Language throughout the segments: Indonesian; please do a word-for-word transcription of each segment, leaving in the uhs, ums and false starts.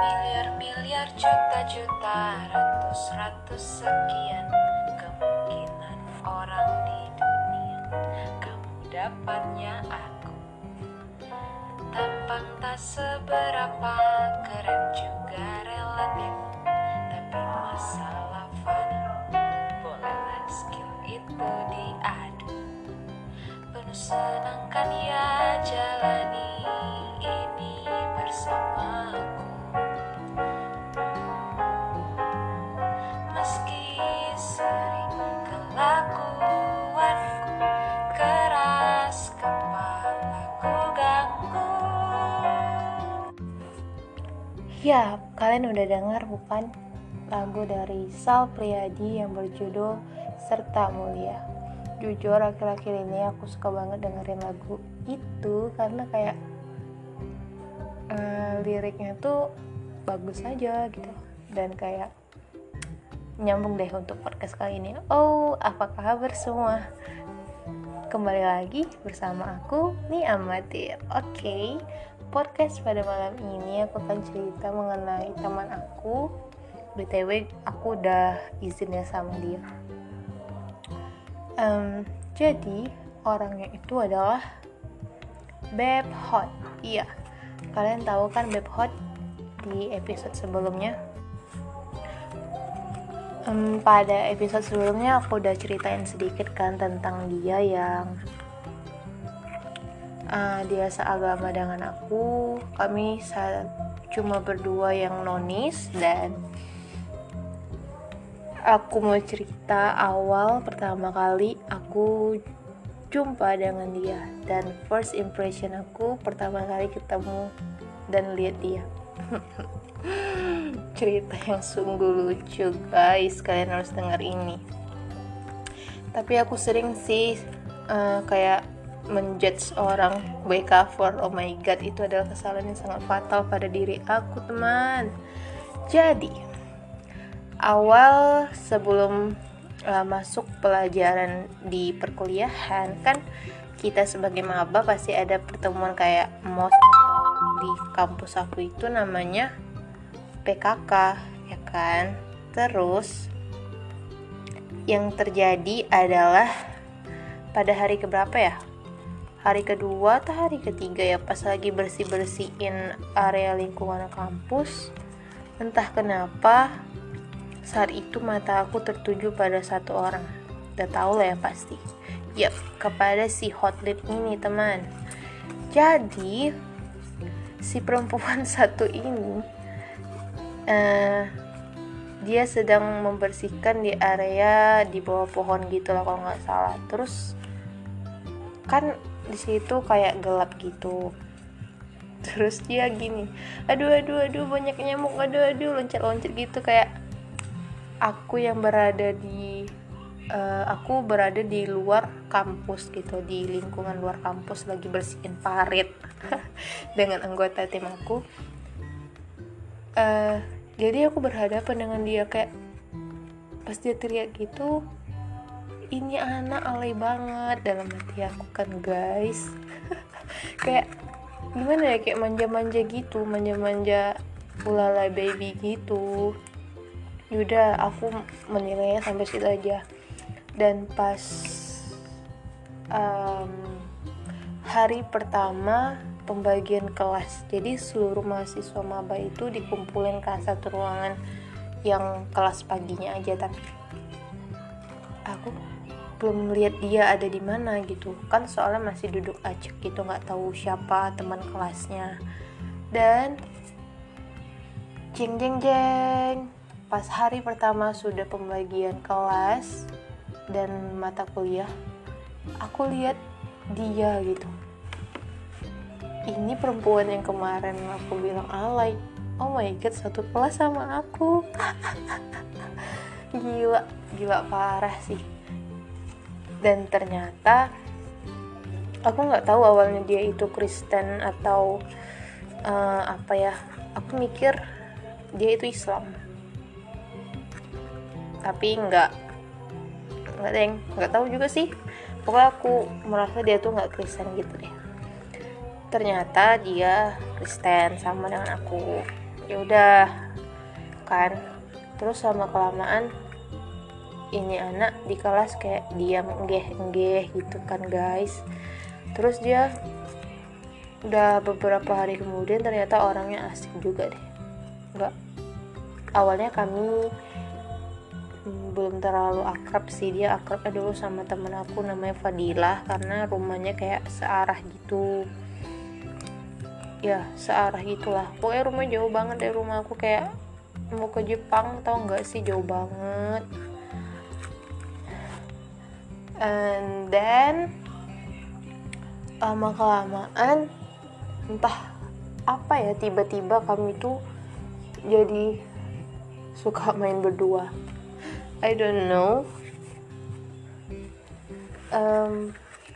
Miliar-miliar juta-juta ratus-ratus sekian kemungkinan orang di dunia, kamu dapatnya aku. Tampang tak seberapa, keren juga relatif, tapi masalah fani, bolehlah skill itu diadu. Penuh senang kan ya jalani ini bersamaku. Meski sering kelakuanku keras, kepalaku ganggu. Ya, kalian udah dengar bukan lagu dari Sal Priadi yang berjudul Serta Mulia. Jujur akhir-akhir ini aku suka banget dengerin lagu itu karena kayak uh, liriknya tuh bagus aja gitu dan kayak nyambung deh untuk podcast kali ini. Oh, apa kabar semua? Kembali lagi bersama aku, Nia Amatir. Oke, okay, podcast pada malam ini aku akan cerita mengenai teman aku. B T W aku udah izinnya sama dia. Um, jadi orangnya itu adalah Beb Hot. Iya, kalian tahu kan Beb Hot di episode sebelumnya. Um, pada episode sebelumnya aku udah ceritain sedikit kan tentang dia yang uh, dia seagama dengan aku. Kami saat cuma berdua yang nonis, dan aku mau cerita awal pertama kali aku jumpa dengan dia dan first impression aku pertama kali ketemu dan lihat dia. Cerita yang sungguh lucu guys, kalian harus dengar ini. Tapi aku sering sih uh, kayak menjudge orang by cover. Oh my god, itu adalah kesalahan yang sangat fatal pada diri aku, teman. Jadi awal sebelum uh, masuk pelajaran di perkuliahan kan, kita sebagai maba pasti ada pertemuan kayak mos di kampus aku itu namanya P K K ya kan. Terus yang terjadi adalah pada hari keberapa ya? Hari kedua atau hari ketiga ya, pas lagi bersih-bersihin area lingkungan kampus, entah kenapa saat itu mata aku tertuju pada satu orang. Udah tahu lah ya pasti. Yap, kepada si hotlit ini, teman. Jadi si perempuan satu ini uh, dia sedang membersihkan di area di bawah pohon gitu lah kalau nggak salah. Terus kan di situ kayak gelap gitu. Terus dia gini, aduh aduh aduh banyak nyamuk, aduh aduh loncat-loncat gitu, kayak aku yang berada di uh, aku berada di luar kampus gitu, di lingkungan luar kampus lagi bersihin parit dengan anggota tim aku. Uh, jadi aku berhadapan dengan dia, kayak pas dia teriak gitu, ini anak alay banget dalam hati aku kan guys. Kayak gimana ya, kayak manja-manja gitu, manja-manja ulala baby gitu. Yaudah, aku menilainya sampai situ aja. Dan pas um, hari pertama pembagian kelas, jadi seluruh mahasiswa maba itu dikumpulin ke satu ruangan yang kelas paginya aja, tapi aku belum lihat dia ada di mana gitu kan, soalnya masih duduk acak gitu, nggak tahu siapa teman kelasnya. Dan jeng jeng jeng, pas hari pertama sudah pembagian kelas dan mata kuliah, aku lihat dia gitu. Ini perempuan yang kemarin aku bilang alay, oh my god, satu kelas sama aku. Gila, gila parah sih. Dan ternyata aku nggak tahu awalnya dia itu Kristen atau uh, apa ya. Aku mikir dia itu Islam, tapi nggak nggak deng, nggak tahu juga sih. Pokoknya aku merasa dia tuh nggak Kristen gitu deh. Ternyata dia Kristen sama dengan aku. Ya udah kan, terus sama kelamaan ini anak di kelas kayak diam enggeh-enggeh gitu kan guys. Terus dia udah beberapa hari kemudian ternyata orangnya asik juga deh. Enggak, awalnya kami hmm, belum terlalu akrab sih. Dia akrabnya dulu sama temen aku namanya Fadilah karena rumahnya kayak searah gitu. Ya searah gitulah, pokoknya rumah jauh banget dari rumah aku, kayak mau ke Jepang tau nggak sih, jauh banget. And then lama kelamaan entah apa ya, tiba-tiba kami tuh jadi suka main berdua. I don't know. Um,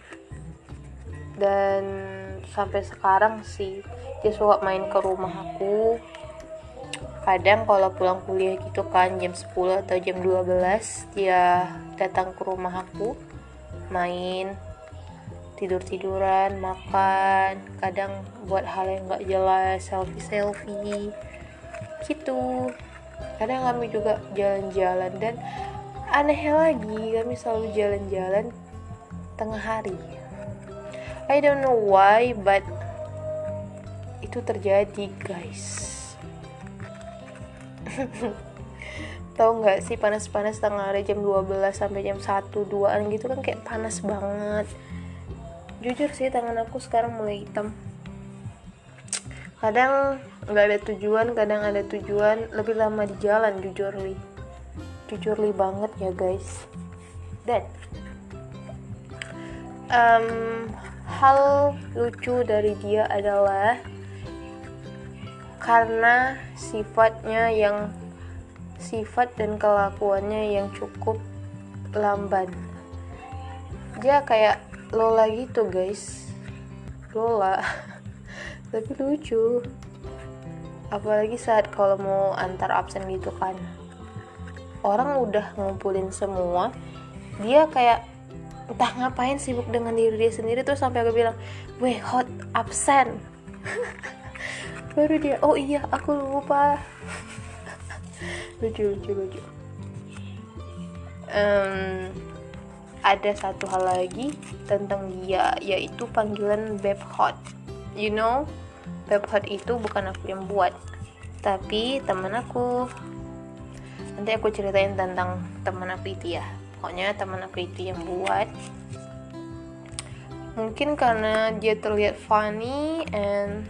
dan sampai sekarang sih dia suka main ke rumah aku. Kadang kalau pulang kuliah gitu kan jam sepuluh atau jam dua belas dia datang ke rumah aku, main, tidur-tiduran, makan, kadang buat hal yang gak jelas, selfie-selfie gitu. Kadang kami juga jalan-jalan, dan anehnya lagi kami selalu jalan-jalan tengah hari. I don't know why, but itu terjadi guys. Tahu nggak sih panas-panas tengah hari jam dua belas sampai jam satu duaan gitu kan, kayak panas banget. Jujur sih tangan aku sekarang mulai hitam. Kadang nggak ada tujuan, kadang ada tujuan, lebih lama di jalan jujur li. Jujur li banget ya guys. Dan um, hal lucu dari dia adalah karena sifatnya yang sifat dan kelakuannya yang cukup lamban. Dia kayak Lola gitu guys, Lola tapi lucu. Apalagi saat kalau mau antar absen gitu kan, orang udah ngumpulin semua, dia kayak entah ngapain sibuk dengan diri dia sendiri, tuh sampai aku bilang, weh hot absen. Baru dia, oh iya aku lupa. lucu lucu lucu um, ada satu hal lagi tentang dia, yaitu panggilan Babe Hot. You know, Babe Hot itu bukan aku yang buat, tapi teman aku. Nanti aku ceritain tentang teman aku itu ya. Pokoknya teman aku itu yang buat. Mungkin karena dia terlihat funny and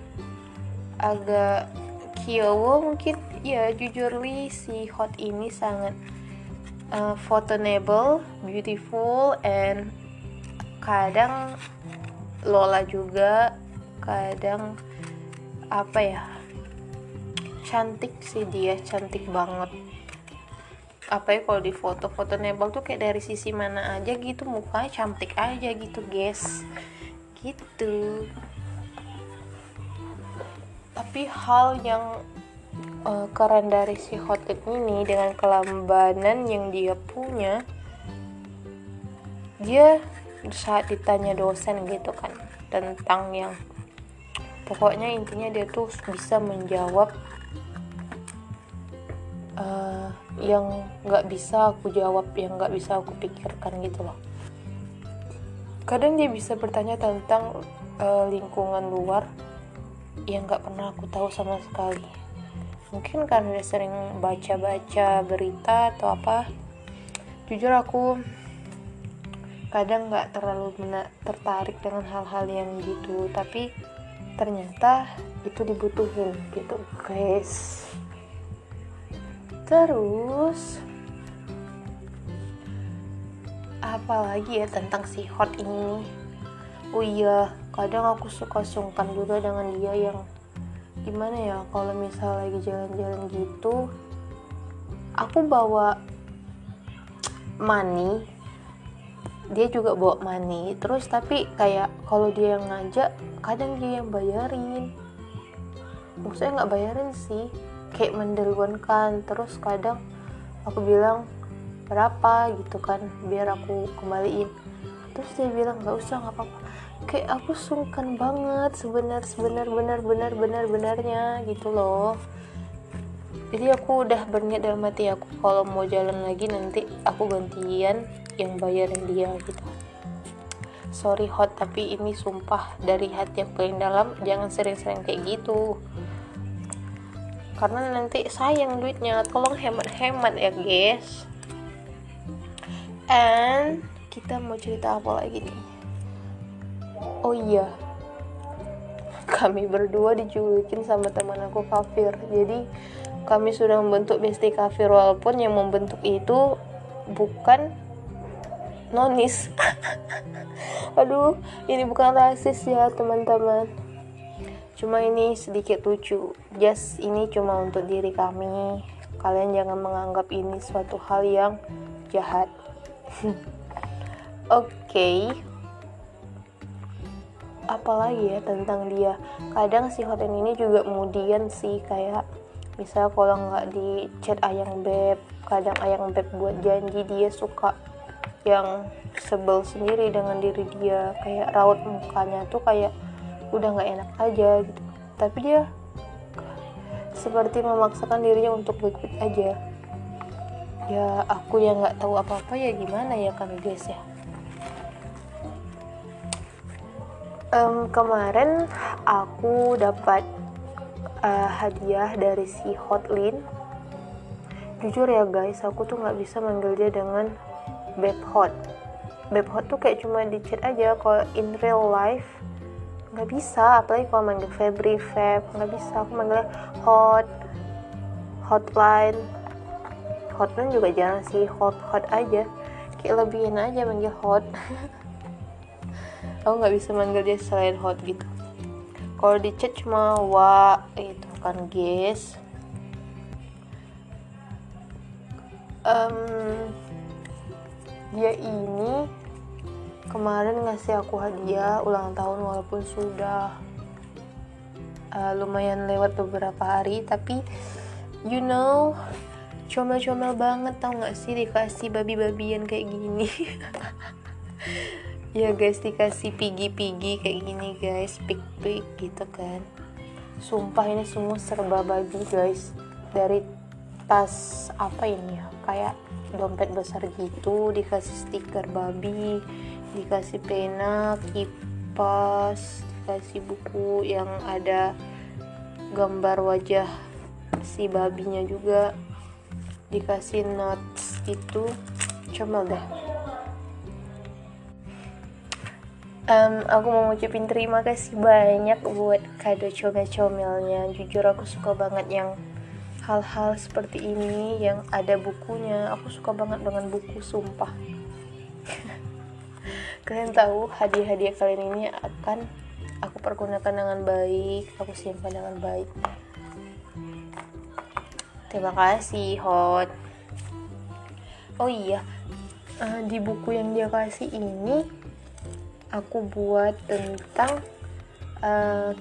agak kiowo mungkin ya. Jujur li si Hot ini sangat uh, photonable, beautiful, and kadang Lola juga, kadang apa ya, cantik sih dia, cantik banget. Apa ya kalau di foto photonable tuh kayak dari sisi mana aja gitu mukanya cantik aja gitu guys, gitu. Tapi hal yang uh, keren dari si Hot ini, dengan kelambanan yang dia punya, dia saat ditanya dosen gitu kan tentang yang pokoknya intinya dia tuh bisa menjawab uh, yang nggak bisa aku jawab, yang nggak bisa aku pikirkan gitu loh. Kadang dia bisa bertanya tentang uh, lingkungan luar yang gak pernah aku tahu sama sekali. Mungkin karena udah sering baca-baca berita atau apa. Jujur aku kadang gak terlalu mena- tertarik dengan hal-hal yang gitu, tapi ternyata itu dibutuhin gitu guys. Terus apalagi ya tentang si Hot ini. Oh iya, kadang aku suka sungkan juga dengan dia, yang gimana ya, kalau misal lagi jalan-jalan gitu aku bawa money, dia juga bawa money, terus tapi kayak kalau dia yang ngajak kadang dia yang bayarin. Maksudnya gak bayarin sih, kayak mendeluankan. Terus kadang aku bilang berapa gitu kan biar aku kembaliin, Terus dia bilang nggak usah, nggak apa-apa. Kayak aku sungkan banget sebenar sebenar benar benar benar benarnya gitu loh. Jadi aku udah berniat dalam hati aku, kalau mau jalan lagi nanti aku gantian yang bayarin dia gitu. Sorry Hot, tapi ini sumpah dari hati yang paling dalam, jangan sering-sering kayak gitu. Karena nanti sayang duitnya, tolong hemat-hemat ya guys. And kita mau cerita apa lagi nih? Oh iya, kami berdua dijulukin sama teman aku kafir. Jadi kami sudah membentuk bestie kafir, walaupun yang membentuk itu bukan nonis. Aduh, ini bukan rasis ya teman-teman, cuma ini sedikit lucu. Just ini cuma untuk diri kami, kalian jangan menganggap ini suatu hal yang jahat. Oke, okay. Apalagi ya tentang dia, kadang si Hoten ini juga kemudian sih, kayak misal kalau nggak di chat ayang beb, kadang ayang beb buat janji, dia suka yang sebel sendiri dengan diri dia, kayak raut mukanya tuh kayak udah nggak enak aja gitu, tapi dia seperti memaksakan dirinya untuk baik-baik aja. Ya aku yang nggak tahu apa-apa ya gimana ya kan guys ya. Um, kemarin aku dapat uh, hadiah dari si Hotlin. Jujur ya guys, aku tuh nggak bisa manggil dia dengan Beb Hot. Beb Hot tuh kayak cuma di chat aja, kalau in real life nggak bisa. Apalagi kalau manggil Febri, Feb, nggak bisa. Aku manggilnya Hot, Hotline. Hotline juga jarang sih, Hot Hot aja. Kayak lebihin aja manggil Hot. Aku nggak bisa manggil dia selain Hot gitu. Kalau di chat cuma wa itu kan guys. Um, dia ini kemarin ngasih aku hadiah ulang tahun, walaupun sudah uh, lumayan lewat beberapa hari, tapi you know, comel-comel banget, tau gak sih dikasih babi-babian kayak gini. Ya guys, dikasih pigi-pigi kayak gini guys, pig-pig gitu kan. Sumpah ini semua serba babi guys. Dari tas apa ini ya, kayak dompet besar gitu, dikasih stiker babi, dikasih pena, kipas, dikasih buku yang ada gambar wajah si babinya juga, dikasih notes gitu. Comel deh. Um, aku mau ngucapin terima kasih banyak buat kado comel-comelnya. Jujur aku suka banget yang hal-hal seperti ini yang ada bukunya. Aku suka banget dengan buku, sumpah. Kalian tahu hadiah-hadiah kalian ini akan aku pergunakan dengan baik, aku simpan dengan baik. Terima kasih Hot. Oh iya, uh, di buku yang dia kasih ini aku buat tentang uh,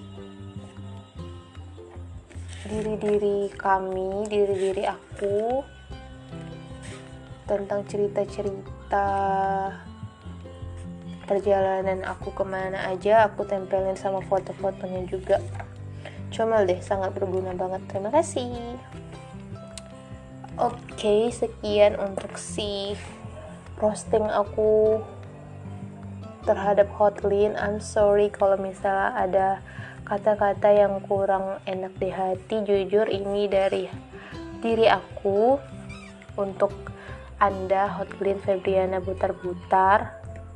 diri-diri kami, diri-diri aku, tentang cerita-cerita perjalanan aku kemana aja, aku tempelin sama foto-fotonya juga. Comel deh, sangat berguna banget. Terima kasih. Oke, sekian untuk si roasting aku terhadap Hotlin. I'm sorry kalau misalnya ada kata-kata yang kurang enak di hati. Jujur ini dari diri aku untuk Anda, Hotlin Febriana Butar-Butar.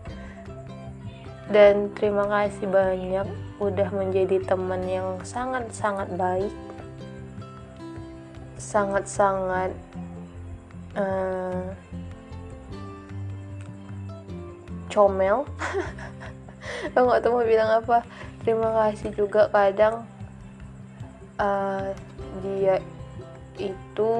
Dan terima kasih banyak udah menjadi teman yang sangat-sangat baik, sangat-sangat uh, comel. Aku nggak tahu mau bilang apa. Terima kasih juga, kadang uh, dia itu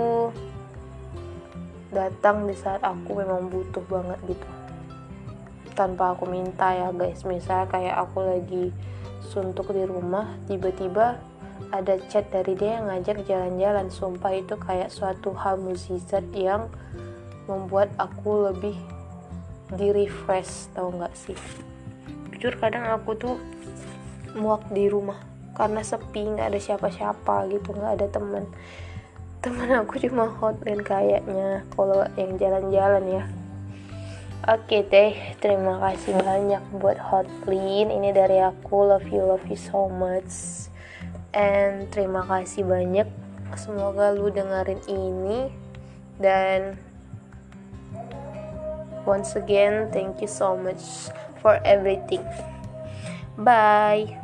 datang di saat aku memang butuh banget gitu, tanpa aku minta ya guys. Misal kayak aku lagi suntuk di rumah, tiba-tiba ada chat dari dia yang ngajak jalan-jalan. Sumpah itu kayak suatu hal mukjizat yang membuat aku lebih di refresh, tau nggak sih? Jujur kadang aku tuh muak di rumah karena sepi, nggak ada siapa-siapa gitu, nggak ada teman. Teman aku cuma Hotline kayaknya kalau yang jalan-jalan ya. Oke deh, terima kasih banyak buat Hotline. Ini dari aku, love you, love you so much. And terima kasih banyak. Semoga lu dengerin ini. Dan once again, thank you so much for everything. Bye.